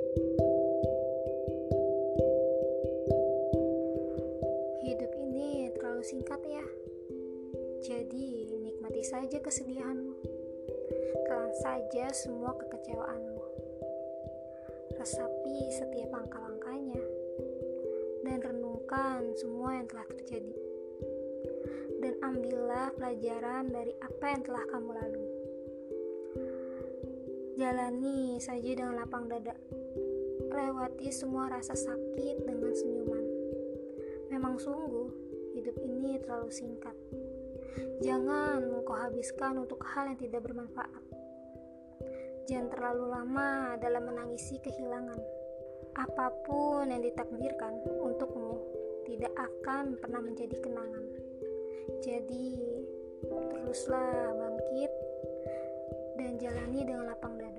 Hidup ini terlalu singkat ya. Jadi nikmati saja kesedihanmu. Telan saja semua kekecewaanmu. Resapi setiap langkah-langkahnya. Dan renungkan semua yang telah terjadi. Dan ambillah pelajaran dari apa yang telah kamu lalui. Jalani saja dengan lapang dada. Lewati semua rasa sakit dengan senyuman. Memang sungguh, hidup ini terlalu singkat. Jangan kau habiskan untuk hal yang tidak bermanfaat. Jangan terlalu lama dalam menangisi kehilangan. Apapun yang ditakdirkan untukmu tidak akan pernah menjadi kenangan. Jadi, teruslah bangkit dan jalani dengan lapang dada.